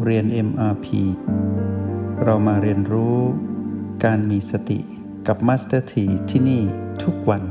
เรียน MRP เรามาเรียนรู้การมีสติกับ Master T ที่นี่ทุกวัน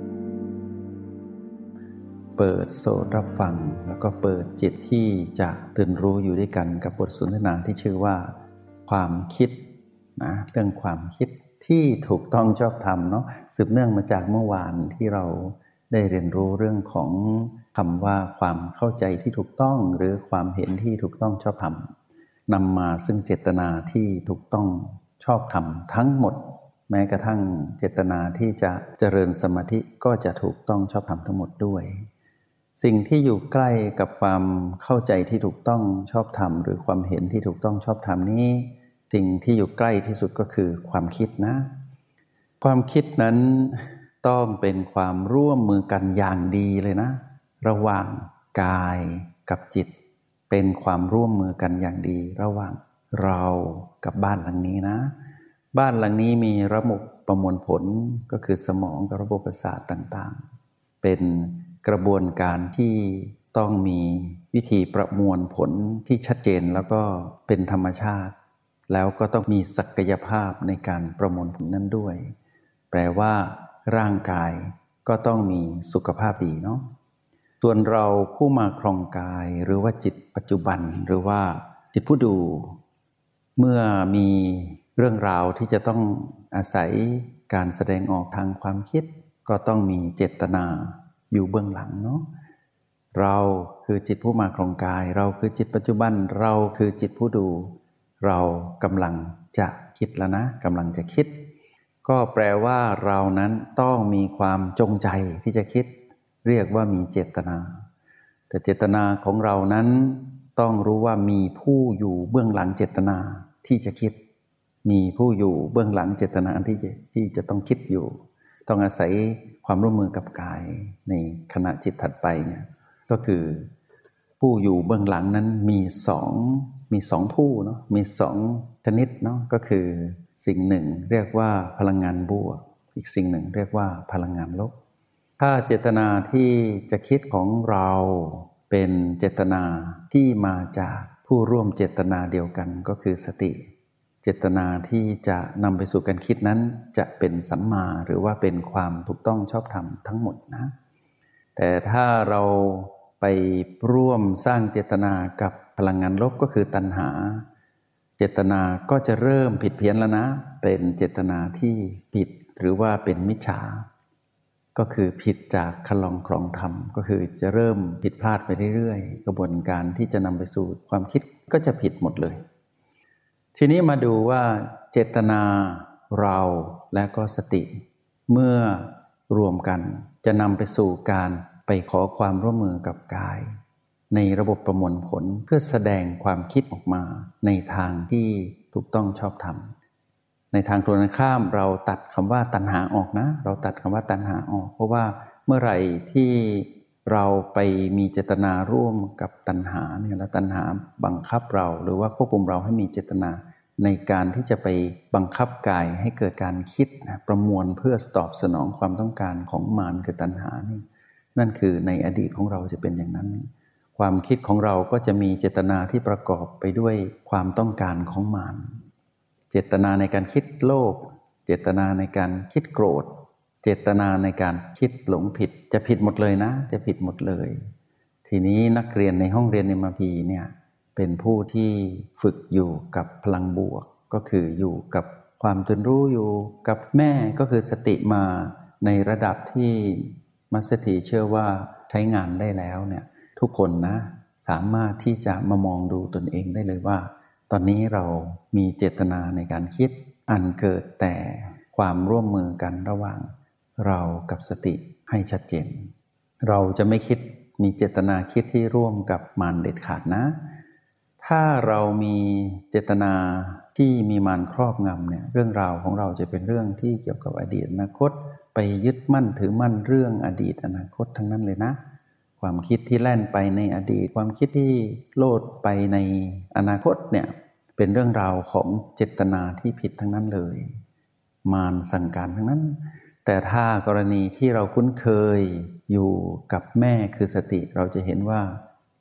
เปิดโสตรับฟังแล้วก็เปิดจิตที่จะตื่นรู้อยู่ด้วยกันกับบทสนทนาที่ชื่อว่าความคิดนะเรื่องความคิดที่ถูกต้องชอบธรรมเนาะสืบเนื่องมาจากเมื่อวานที่เราได้เรียนรู้เรื่องของคำว่าความเข้าใจที่ถูกต้องหรือความเห็นที่ถูกต้องชอบธรรมนำมาซึ่งเจตนาที่ถูกต้องชอบธรรมทั้งหมดแม้กระทั่งเจตนาที่จะเจริญสมาธิก็จะถูกต้องชอบธรรมทั้งหมดด้วยสิ่งที่อยู่ใกล้กับความเข้าใจที่ถูกต้องชอบธรรมหรือความเห็นที่ถูกต้องชอบธรรมนี้สิ่งที่อยู่ใกล้ที่สุดก็คือความคิดนะความคิดนั้นต้องเป็นความร่วมมือกันอย่างดีเลยนะระหว่างกายกับจิตเป็นความร่วมมือกันอย่างดีระหว่างเรากับบ้านหลังนี้นะบ้านหลังนี้มีระบบประมวลผลก็คือสมองกับระบบประสาทต่างๆเป็นกระบวนการที่ต้องมีวิธีประมวลผลที่ชัดเจนแล้วก็เป็นธรรมชาติแล้วก็ต้องมีศักยภาพในการประมวลผลนั้นด้วยแปลว่าร่างกายก็ต้องมีสุขภาพดีเนาะส่วนเราผู้มาครองกายหรือว่าจิตปัจจุบันหรือว่าจิตผู้ดูเมื่อมีเรื่องราวที่จะต้องอาศัยการแสดงออกทางความคิดก็ต้องมีเจตนาอยู่เบื้องหลังเนาะเราคือจิตผู้มาครองกายเราคือจิตปัจจุบันเราคือจิตผู้ดูเรากำลังจะคิดแล้วนะกำลังจะคิดก็แปลว่าเรานั้นต้องมีความจงใจที่จะคิดเรียกว่ามีเจตนาแต่เจตนาของเรานั้นต้องรู้ว่ามีผู้อยู่เบื้องหลังเจตนาที่จะคิดมีผู้อยู่เบื้องหลังเจตนาที่จะต้องคิดอยู่ต้องอาศัยความร่วมมือกับกายในขณะจิตถัดไปเนี่ยก็คือผู้อยู่เบื้องหลังนั้นมีสองผู้เนาะมีสองชนิดเนาะก็คือสิ่งหนึ่งเรียกว่าพลังงานบวกอีกสิ่งหนึ่งเรียกว่าพลังงานลบถ้าเจตนาที่จะคิดของเราเป็นเจตนาที่มาจากผู้ร่วมเจตนาเดียวกันก็คือสติเจตนาที่จะนำไปสู่การคิดนั้นจะเป็นสัมมาหรือว่าเป็นความถูกต้องชอบธรรมทั้งหมดนะแต่ถ้าเราไปร่วมสร้างเจตนากับพลังงานลบก็คือตัณหาเจตนาก็จะเริ่มผิดเพี้ยนแล้วนะเป็นเจตนาที่ผิดหรือว่าเป็นมิจฉาก็คือผิดจากคันลองครองธรรมก็คือจะเริ่มผิดพลาดไปเรื่อยๆกระบวนการที่จะนำไปสู่ความคิดก็จะผิดหมดเลยทีนี้มาดูว่าเจตนาเราและก็สติเมื่อรวมกันจะนำไปสู่การไปขอความร่วมมือกับกายในระบบประมวลผลเพื่อแสดงความคิดออกมาในทางที่ถูกต้องชอบธรรมในทางตรงกันข้ามเราตัดคำว่าตัณหาออกนะเราตัดคำว่าตัณหาออกเพราะว่าเมื่อไหร่ที่เราไปมีเจตนาร่วมกับตัณหาเนี่ยแล้วตัณหาบังคับเราหรือว่าควบคุมเราให้มีเจตนาในการที่จะไปบังคับกายให้เกิดการคิดนะประมวลเพื่อตอบสนองความต้องการของมารคือตัณหานี่นั่นคือในอดีตของเราจะเป็นอย่างนั้นความคิดของเราก็จะมีเจตนาที่ประกอบไปด้วยความต้องการของมารเจตนาในการคิดโลภเจตนาในการคิดโกรธเจตนาในการคิดหลงผิดจะผิดหมดเลยนะจะผิดหมดเลยทีนี้นักเรียนในห้องเรียน MRP เนี่ยเป็นผู้ที่ฝึกอยู่กับพลังบวกก็คืออยู่กับความตื่นรู้อยู่กับแม่ก็คือสติมาในระดับที่มัสถีเชื่อว่าใช้งานได้แล้วเนี่ยทุกคนนะสามารถที่จะมามองดูตนเองได้เลยว่าตอนนี้เรามีเจตนาในการคิดอันเกิดแต่ความร่วมมือกันระหว่างเรากับสติให้ชัดเจนเราจะไม่คิดมีเจตนาคิดที่ร่วมกับมารเด็ดขาดนะถ้าเรามีเจตนาที่มีมารครอบงำเนี่ยเรื่องราวของเราจะเป็นเรื่องที่เกี่ยวกับอดีตอนาคตไปยึดมั่นถือมั่นเรื่องอดีตอนาคตทั้งนั้นเลยนะความคิดที่แล่นไปในอดีตความคิดที่โลดไปในอนาคตเนี่ยเป็นเรื่องราวของเจตนาที่ผิดทั้งนั้นเลยมารสั่งการทั้งนั้นแต่ถ้ากรณีที่เราคุ้นเคยอยู่กับแม่คือสติเราจะเห็นว่า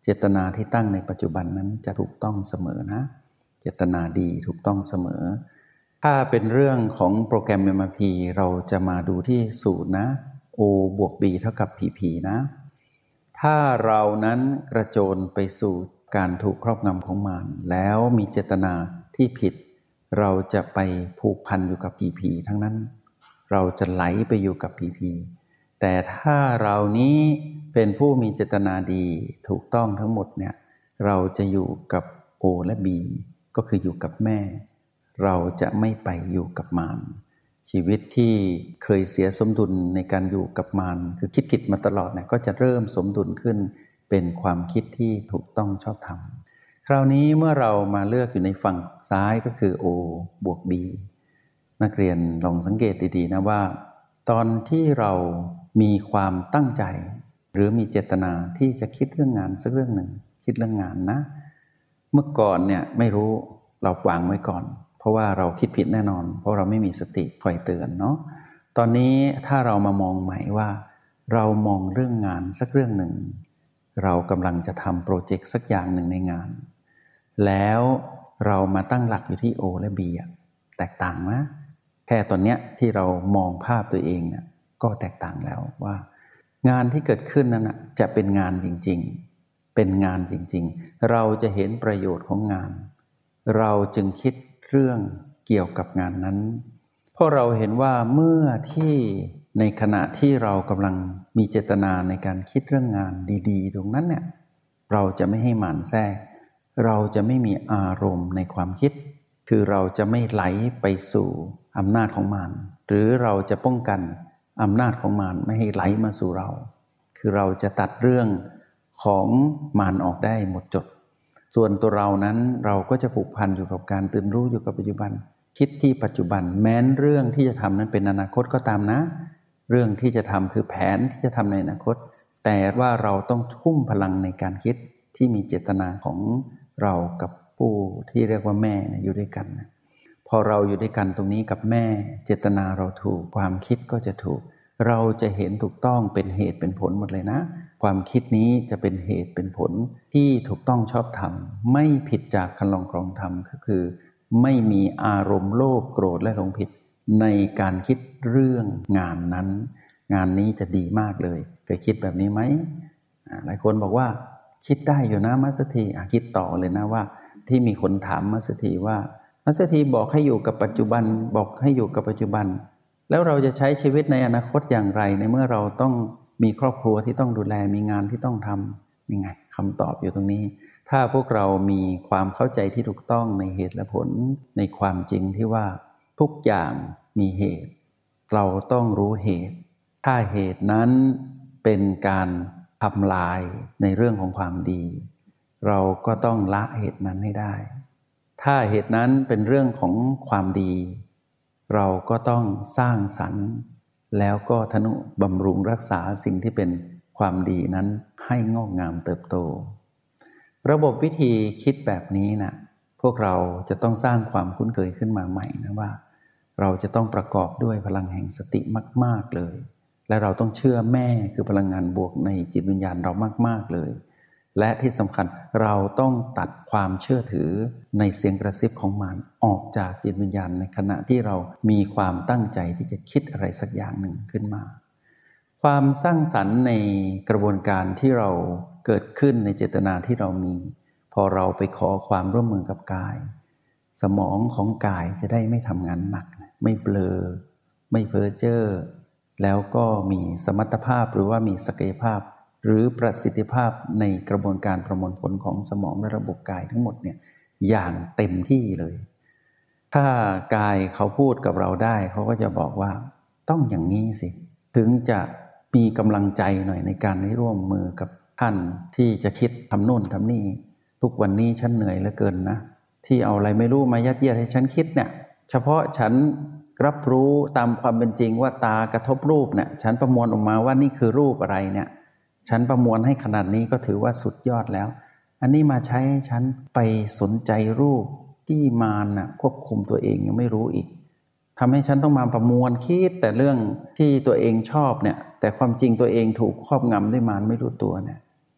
เจตนาที่ตั้งในปัจจุบันนั้นจะถูกต้องเสมอนะเจตนาดีถูกต้องเสมอถ้าเป็นเรื่องของโปรแกรม MRP เราจะมาดูที่สูตรนะ O บวก B เท่ากับ PP นะถ้าเรานั้นกระโจนไปสู่การถูกครอบงำของมารแล้วมีเจตนาที่ผิดเราจะไปผูกพันอยู่กับ PP ทั้งนั้นเราจะไหลไปอยู่กับ PP แต่ถ้าเรานี้เป็นผู้มีเจตนาดีถูกต้องทั้งหมดเนี่ยเราจะอยู่กับ O และ B ก็คืออยู่กับแม่เราจะไม่ไปอยู่กับมารชีวิตที่เคยเสียสมดุลในการอยู่กับมารคือคิดผิดมาตลอดเนี่ยก็จะเริ่มสมดุลขึ้นเป็นความคิดที่ถูกต้องชอบธรรมคราวนี้เมื่อเรามาเลือกอยู่ในฝั่งซ้ายก็คือ O บวก B นักเรียนลองสังเกตดีๆนะว่าตอนที่เรามีความตั้งใจหรือมีเจตนาที่จะคิดเรื่องงานสักเรื่องหนึ่งคิดเรื่องงานนะเมื่อก่อนเนี่ยไม่รู้เราวางไว้ก่อนเพราะว่าเราคิดผิดแน่นอนเพราะเราไม่มีสติคอยเตือนเนาะตอนนี้ถ้าเรามามองใหม่ว่าเรามองเรื่องงานสักเรื่องหนึ่งเรากำลังจะทำโปรเจกต์สักอย่างหนึ่งในงานแล้วเรามาตั้งหลักอยู่ที่ O และ B แตกต่างนะแค่ตอนเนี้ยที่เรามองภาพตัวเองเนี่ยก็แตกต่างแล้วว่างานที่เกิดขึ้นนั้นจะเป็นงานจริงๆเป็นงานจริงๆเราจะเห็นประโยชน์ของงานเราจึงคิดเรื่องเกี่ยวกับงานนั้นเพราะเราเห็นว่าเมื่อที่ในขณะที่เรากำลังมีเจตนาในการคิดเรื่องงานดีๆตรงนั้นเนี่ยเราจะไม่ให้มารแทรกเราจะไม่มีอารมณ์ในความคิดคือเราจะไม่ไหลไปสู่อำนาจของมารหรือเราจะป้องกันอำนาจของมารไม่ให้ไหลมาสู่เราคือเราจะตัดเรื่องของมารออกได้หมดจดส่วนตัวเรานั้นเราก็จะผูกพันอยู่กับการตื่นรู้อยู่กับปัจจุบันคิดที่ปัจจุบันแม้นเรื่องที่จะทำนั้นเป็นอนาคตก็ตามนะเรื่องที่จะทำคือแผนที่จะทำในอนาคตแต่ว่าเราต้องทุ่มพลังในการคิดที่มีเจตนาของเรากับผู้ที่เรียกว่าแม่อยู่ด้วยกันพอเราอยู่ด้วยกันตรงนี้กับแม่เจตนาเราถูกความคิดก็จะถูกเราจะเห็นถูกต้องเป็นเหตุเป็นผลหมดเลยนะความคิดนี้จะเป็นเหตุเป็นผลที่ถูกต้องชอบธรรมไม่ผิดจากคันลองครองธรรมก็คือไม่มีอารมณ์โลภโกรธและหลงผิดในการคิดเรื่องงานนั้นงานนี้จะดีมากเลยเคยคิดแบบนี้ไหมหลายคนบอกว่าคิดได้อยู่นะมัสถีคิดต่อเลยนะว่าที่มีคนถามมัสถีว่ามัสถีบอกให้อยู่กับปัจจุบันบอกให้อยู่กับปัจจุบันแล้วเราจะใช้ชีวิตในอนาคตอย่างไรในเมื่อเราต้องมีครอบครัวที่ต้องดูแลมีงานที่ต้องทำยังไงคำตอบอยู่ตรงนี้ถ้าพวกเรามีความเข้าใจที่ถูกต้องในเหตุและผลในความจริงที่ว่าทุกอย่างมีเหตุเราต้องรู้เหตุถ้าเหตุนั้นเป็นการทำลายในเรื่องของความดีเราก็ต้องละเหตุนั้นให้ได้ถ้าเหตุนั้นเป็นเรื่องของความดีเราก็ต้องสร้างสรรค์แล้วก็ทนุบำรุงรักษาสิ่งที่เป็นความดีนั้นให้งอกงามเติบโตระบบวิธีคิดแบบนี้นะพวกเราจะต้องสร้างความคุ้นเคยขึ้นมาใหม่นะว่าเราจะต้องประกอบด้วยพลังแห่งสติมากๆเลยและเราต้องเชื่อแม่คือพลังงานบวกในจิตวิญญาณเรามากๆเลยและที่สำคัญเราต้องตัดความเชื่อถือในเสียงกระซิบของมารออกจากจิตวิญญาณในขณะที่เรามีความตั้งใจที่จะคิดอะไรสักอย่างหนึ่งขึ้นมาความสร้างสรรค์ในกระบวนการที่เราเกิดขึ้นในเจตนาที่เรามีพอเราไปขอความร่วมมือกับกายสมองของกายจะได้ไม่ทำงานหนักไม่เบลอไม่เพ้อเจ้อแล้วก็มีสมรรถภาพหรือว่ามีศักยภาพหรือประสิทธิภาพในกระบวนการประมวลผลของสมองและระบบกายทั้งหมดเนี่ยอย่างเต็มที่เลยถ้ากายเขาพูดกับเราได้เขาก็จะบอกว่าต้องอย่างนี้สิถึงจะมีกำลังใจหน่อยในการได้ร่วมมือกับท่านที่จะคิดทำโน่นทำนี่ทุกวันนี้ฉันเหนื่อยเหลือเกินนะที่เอาอะไรไม่รู้มายัดเยียดให้ฉันคิดเนี่ยเฉพาะฉันรับรู้ตามความเป็นจริงว่าตากระทบรูปเนี่ยฉันประมวลออกมาว่านี่คือรูปอะไรเนี่ยฉันประมวลให้ขนาดนี้ก็ถือว่าสุดยอดแล้วอันนี้มาใช้ให้ฉันไปสนใจรูปที่มารควบคุมตัวเองยังไม่รู้อีกทำให้ฉันต้องมาประมวลคิดแต่เรื่องที่ตัวเองชอบเนี่ยแต่ความจริงตัวเองถูกครอบงำด้วยมารไม่รู้ตัวเนี่ย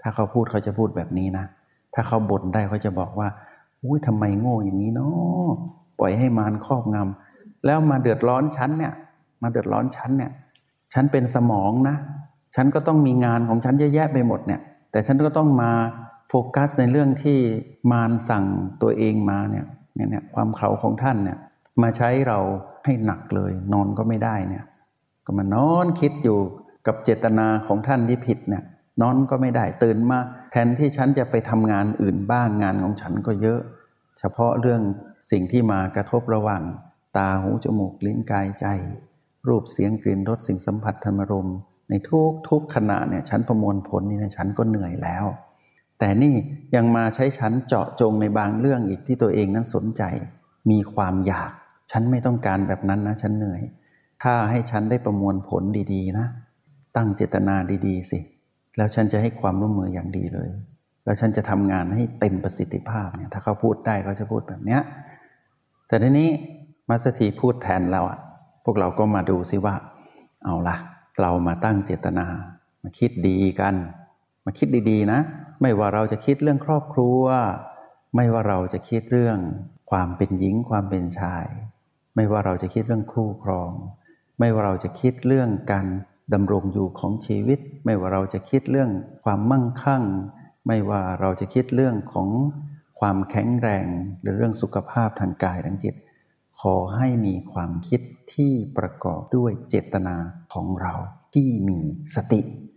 ถ้าเขาพูดเขาจะพูดแบบนี้นะถ้าเขาบ่นได้เขาจะบอกว่าอุ้ยทำไมโง่อย่างนี้เนาะปล่อยให้มารครอบงำแล้วมาเดือดร้อนฉันเนี่ยฉันเป็นสมองนะฉันก็ต้องมีงานของฉันเยอะแยะไปหมดเนี่ยแต่ฉันก็ต้องมาโฟกัสในเรื่องที่มารสั่งตัวเองมาเนี่ยความเขลาของท่านเนี่ยมาใช้เราให้หนักเลยนอนก็ไม่ได้เนี่ยก็มานอนคิดอยู่กับเจตนาของท่านที่ผิดเนี่ยนอนก็ไม่ได้ตื่นมาแทนที่ฉันจะไปทำงานอื่นบ้างงานของฉันก็เยอะเฉพาะเรื่องสิ่งที่มากระทบระหว่างตาหูจมูกลิ้นกายใจรูปเสียงกลิ่นรสสิ่งสัมผัสธรรมารมณ์ในทุกขณะเนี่ยฉันประมวลผลนี่นะฉันก็เหนื่อยแล้วแต่นี่ยังมาใช้ฉันเจาะจงในบางเรื่องอีกที่ตัวเองนั้นสนใจมีความอยากฉันไม่ต้องการแบบนั้นนะฉันเหนื่อยถ้าให้ฉันได้ประมวลผลดีๆนะตั้งเจตนาดีๆสิแล้วฉันจะให้ความร่วมมืออย่างดีเลยแล้วฉันจะทำงานให้เต็มประสิทธิภาพเนี่ยถ้าเขาพูดได้เขาจะพูดแบบเนี้ยแต่ทีนี้มัสถีพูดแทนเราพวกเราก็มาดูสิว่าเอาล่ะเรามาตั้งเจตนามาคิดดีกันมาคิดดีๆนะไม่ว่าเราจะคิดเรื่องครอบครัวไม่ว่าเราจะคิดเรื่องความเป็นหญิงความเป็นชายไม่ว่าเราจะคิดเรื่องคู่ครองไม่ว่าเราจะคิดเรื่องการดำรงอยู่ของชีวิตไม่ว่าเราจะคิดเรื่องความมั่งคั่งไม่ว่าเราจะคิดเรื่องของความแข็งแรงหรือเรื่องสุขภาพทางกายทางจิตขอให้มีความคิดที่ประกอบด้วยเจตนาของเราที่มีสติ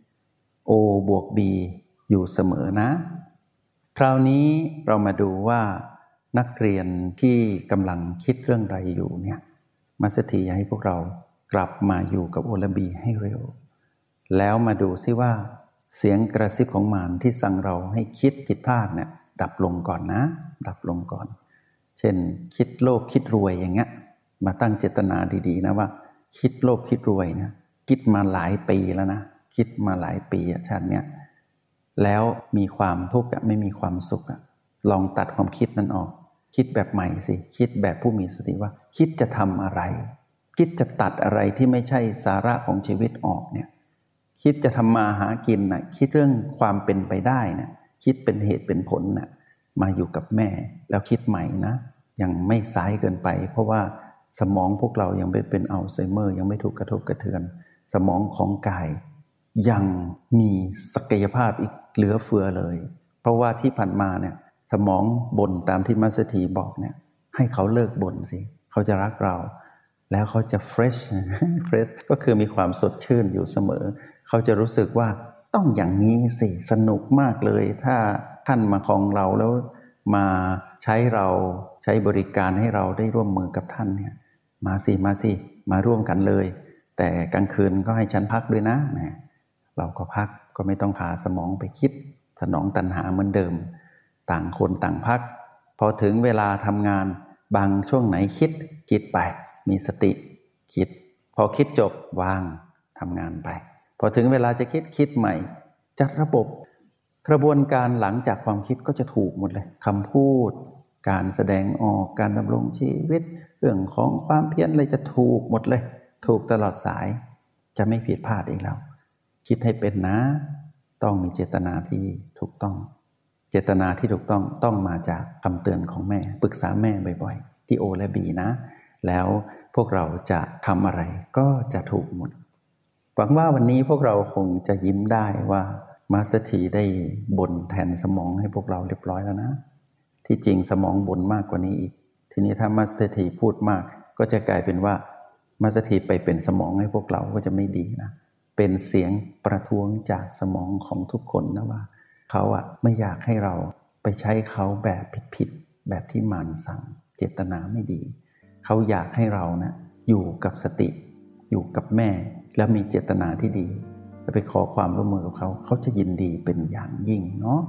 O บวก B อยู่เสมอนะคราวนี้เรามาดูว่านักเรียนที่กำลังคิดเรื่องใดอยู่เนี่ยมัสถีอยากให้พวกเรากลับมาอยู่กับ O และ B ให้เร็วแล้วมาดูซิว่าเสียงกระซิบของมารที่สั่งเราให้คิดผิดพลาดเนี่ยดับลงก่อนนะดับลงก่อนเช่นคิดโลภคิดรวยอย่างเงี้ยมาตั้งเจตนาดีๆนะว่าคิดโลภคิดรวยนะคิดมาหลายปีแล้วนะคิดมาหลายปีชาติเนี้ยแล้วมีความทุกข์ไม่มีความสุขลองตัดความคิดนั้นออกคิดแบบใหม่สิคิดแบบผู้มีสติว่าคิดจะทำอะไรคิดจะตัดอะไรที่ไม่ใช่สาระของชีวิตออกเนี่ยคิดจะทำมาหากินนะคิดเรื่องความเป็นไปได้นะคิดเป็นเหตุเป็นผลนะมาอยู่กับแม่แล้วคิดใหม่นะยังไม่สายเกินไปเพราะว่าสมองพวกเรายังเป็นอัลไซเมอร์ยังไม่ถูกกระทบกระเทือนสมองของกายยังมีศักยภาพอีกเหลือเฟือเลยเพราะว่าที่ผ่านมาเนี่ยสมองบ่นตามที่มัสถีบอกเนี่ยให้เขาเลิกบ่นสิเขาจะรักเราแล้วเขาจะfresh ก็คือมีความสดชื่นอยู่เสมอเขาจะรู้สึกว่าต้องอย่างนี้สิสนุกมากเลยถ้าท่านมาครองเราแล้วมาใช้เราใช้บริการให้เราได้ร่วมมือกับท่านเนี่ยมาสิมาร่วมกันเลยแต่กลางคืนก็ให้ฉันพักด้วยนะเราก็พักก็ไม่ต้องพาสมองไปคิดสนองตัณหาเหมือนเดิมต่างคนต่างพักพอถึงเวลาทำงานบางช่วงไหนคิดไปมีสติคิดพอคิดจบวางทำงานไปพอถึงเวลาจะคิดใหม่จัดระบบกระบวนการหลังจากความคิดก็จะถูกหมดเลยคำพูดการแสดงออกการดำรงชีวิตเรื่องของความเพียรอะไรจะถูกหมดเลยถูกตลอดสายจะไม่ผิดพลาดอีกแล้วคิดให้เป็นนะต้องมีเจตนาที่ถูกต้องเจตนาที่ถูกต้องมาจากคำเตือนของแม่ปรึกษาแม่บ่อยๆที่โอและบีนะแล้วพวกเราจะทำอะไรก็จะถูกหมดหวังว่าวันนี้พวกเราคงจะยิ้มได้ว่ามาสถีได้บ่นแทนสมองให้พวกเราเรียบร้อยแล้วนะที่จริงสมองบ่นมากกว่านี้อีกทีนี้ถ้ามาสถีพูดมากก็จะกลายเป็นว่ามาสถีไปเป็นสมองให้พวกเราก็จะไม่ดีนะเป็นเสียงประท้วงจากสมองของทุกคนนะว่าเขาไม่อยากให้เราไปใช้เขาแบบผิดๆแบบที่มารสั่งเจตนาไม่ดีเขาอยากให้เรานะอยู่กับสติอยู่กับแม่แล้วมีเจตนาที่ดีแล้วไปขอความร่วมมือกับเขาเขาจะยินดีเป็นอย่างยิ่งเนาะ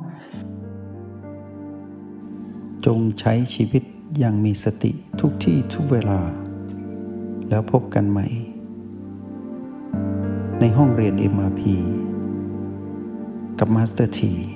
จงใช้ชีวิตอย่างมีสติทุกที่ทุกเวลาแล้วพบกันใหม่ในห้องเรียน MRP กับมาสเตอร์ที